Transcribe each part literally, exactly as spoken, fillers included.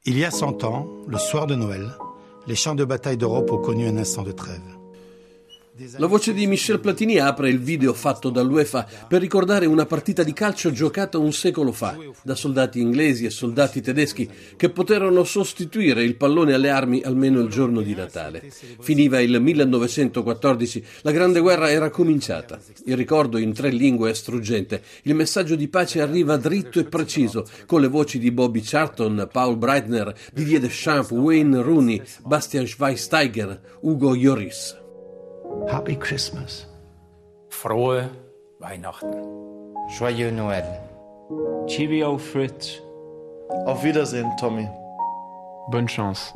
Il y a cent ans, le soir de Noël, les champs de bataille d'Europe ont connu un instant de trêve. La voce di Michel Platini apre il video fatto dall'UEFA per ricordare una partita di calcio giocata un secolo fa da soldati inglesi e soldati tedeschi che poterono sostituire il pallone alle armi almeno il giorno di Natale. Finiva il millenovecentoquattordici, la Grande Guerra era cominciata. Il ricordo in tre lingue è struggente. Il messaggio di pace arriva dritto e preciso con le voci di Bobby Charlton, Paul Breitner, Didier Deschamps, Wayne Rooney, Bastian Schweinsteiger, Ugo Lloris. Happy Christmas. Frohe Weihnachten. Joyeux Noël. Cheerio Fritz. Auf Wiedersehen, Tommy. Bonne chance.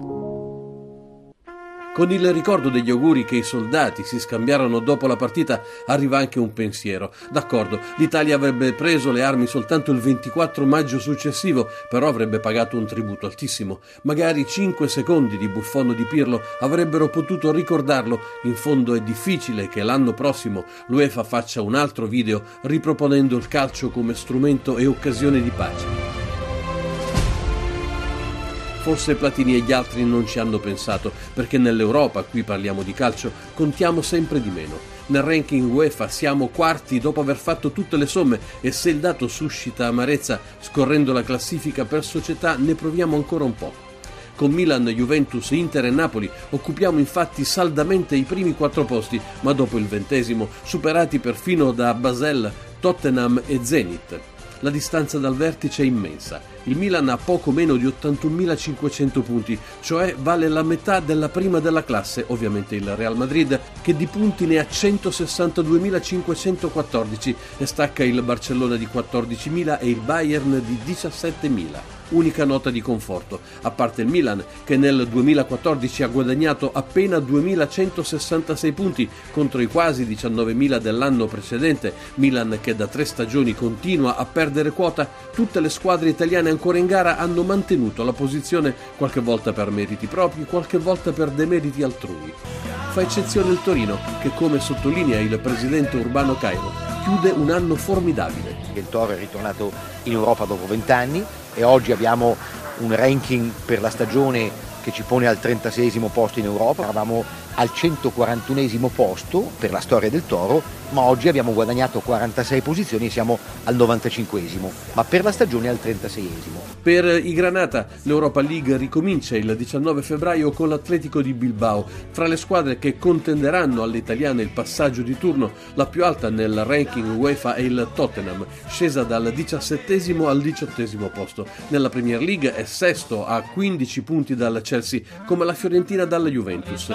Con il ricordo degli auguri che i soldati si scambiarono dopo la partita arriva anche un pensiero. D'accordo, l'Italia avrebbe preso le armi soltanto il ventiquattro maggio successivo, però avrebbe pagato un tributo altissimo. Magari cinque secondi di Buffon o di Pirlo avrebbero potuto ricordarlo. In fondo è difficile che l'anno prossimo l'UEFA faccia un altro video riproponendo il calcio come strumento e occasione di pace. Forse Platini e gli altri non ci hanno pensato, perché nell'Europa, qui parliamo di calcio, contiamo sempre di meno. Nel ranking UEFA siamo quarti dopo aver fatto tutte le somme e se il dato suscita amarezza, scorrendo la classifica per società ne proviamo ancora un po'. Con Milan, Juventus, Inter e Napoli occupiamo infatti saldamente i primi quattro posti, ma dopo il ventesimo, superati perfino da Basel, Tottenham e Zenit. La distanza dal vertice è immensa. Il Milan ha poco meno di ottantunomilacinquecento punti, cioè vale la metà della prima della classe, ovviamente il Real Madrid, che di punti ne ha centosessantaduemilacinquecentoquattordici e stacca il Barcellona di quattordicimila e il Bayern di diciassettemila. Unica nota di conforto, a parte il Milan, che nel duemilaquattordici ha guadagnato appena duemilacentosessantasei punti contro i quasi diciannovemila dell'anno precedente. Milan che da tre stagioni continua a perdere quota. Tutte le squadre italiane ancora in gara hanno mantenuto la posizione, qualche volta per meriti propri, qualche volta per demeriti altrui. Fa eccezione il Torino, che come sottolinea il presidente Urbano Cairo, chiude un anno formidabile. Il Toro è ritornato in Europa dopo vent'anni e oggi abbiamo un ranking per la stagione che ci pone al trentaseiesimo posto in Europa. Eravamo al centoquarantunesimo posto per la storia del Toro, ma oggi abbiamo guadagnato quarantasei posizioni e siamo al novantacinquesimo, ma per la stagione al trentaseiesimo. Per i Granata l'Europa League ricomincia il diciannove febbraio con l'Atletico di Bilbao. Fra le squadre che contenderanno alle italiane il passaggio di turno, la più alta nel ranking UEFA è il Tottenham, scesa dal diciassettesimo al diciottesimo posto. Nella Premier League è sesto a quindici punti dal Chelsea, come la Fiorentina dalla Juventus.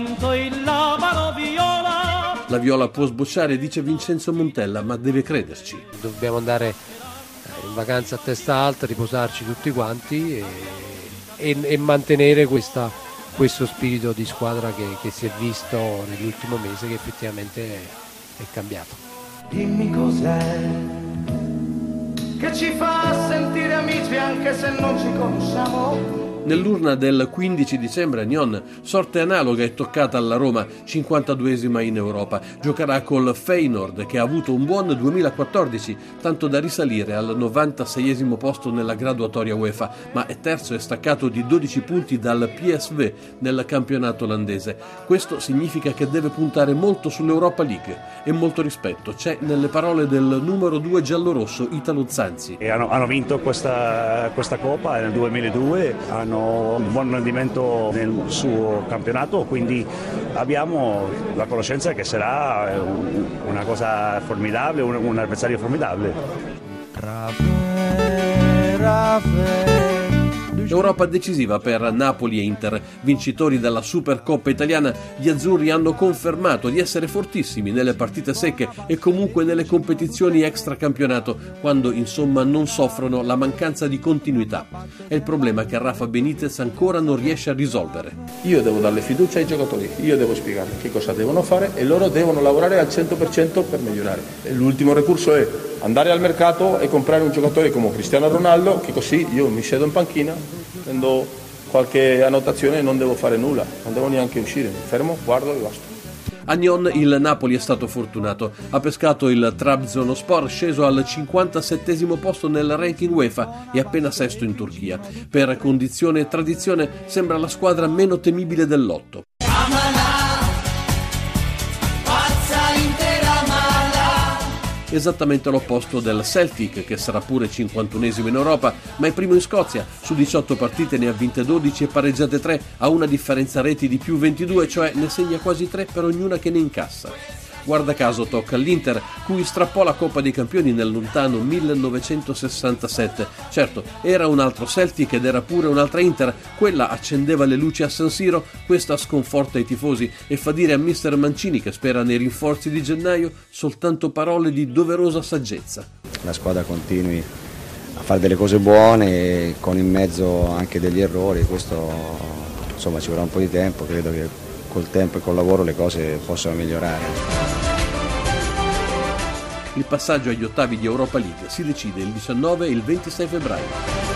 La viola può sbocciare, dice Vincenzo Montella, ma deve crederci. Dobbiamo andare in vacanza a testa alta, riposarci tutti quanti e, e, e mantenere questa, questo spirito di squadra che, che si è visto nell'ultimo mese, che effettivamente è, è cambiato. Dimmi cos'è che ci fa sentire amici anche se non ci conosciamo. Nell'urna del quindici dicembre a Nyon, sorte analoga è toccata alla Roma, cinquantaduesima in Europa. Giocherà col Feyenoord, che ha avuto un buon duemilaquattordici, tanto da risalire al novantaseiesimo posto nella graduatoria UEFA, ma è terzo e staccato di dodici punti dal P S V nel campionato olandese. Questo significa che deve puntare molto sull'Europa League e molto rispetto c'è nelle parole del numero due giallorosso Italo Zanzi. E hanno, hanno vinto questa, questa Coppa nel duemiladue, hanno un buon rendimento nel suo campionato, quindi abbiamo la conoscenza che sarà una cosa formidabile, un, un avversario formidabile. Rave, rave. Europa decisiva per Napoli e Inter, vincitori della Supercoppa italiana. Gli azzurri hanno confermato di essere fortissimi nelle partite secche e comunque nelle competizioni extracampionato, quando insomma non soffrono la mancanza di continuità. È il problema che Rafa Benitez ancora non riesce a risolvere. Io devo darle fiducia ai giocatori, io devo spiegare che cosa devono fare e loro devono lavorare al cento per cento per migliorare. E l'ultimo recurso è andare al mercato e comprare un giocatore come Cristiano Ronaldo, che così io mi siedo in panchina, prendo qualche annotazione e non devo fare nulla, non devo neanche uscire, mi fermo, guardo e basta. A Nyon il Napoli è stato fortunato, ha pescato il Trabzonspor, sceso al cinquantasettesimo posto nel ranking UEFA e appena sesto in Turchia. Per condizione e tradizione sembra la squadra meno temibile del lotto. Esattamente l'opposto del Celtic, che sarà pure cinquantunesimo in Europa, ma è primo in Scozia. Su diciotto partite ne ha vinte dodici e pareggiate tre, ha una differenza reti di più ventidue, cioè ne segna quasi tre per ognuna che ne incassa. Guarda caso tocca all'Inter, cui strappò la Coppa dei Campioni nel lontano millenovecentosessantasette. Certo, era un altro Celtic ed era pure un'altra Inter, quella accendeva le luci a San Siro, questa sconforta i tifosi e fa dire a mister Mancini, che spera nei rinforzi di gennaio, soltanto parole di doverosa saggezza. La squadra continui a fare delle cose buone con in mezzo anche degli errori, questo insomma ci vorrà un po' di tempo, credo che col tempo e col lavoro le cose possono migliorare. Il passaggio agli ottavi di Europa League si decide il diciannove e il ventisei febbraio.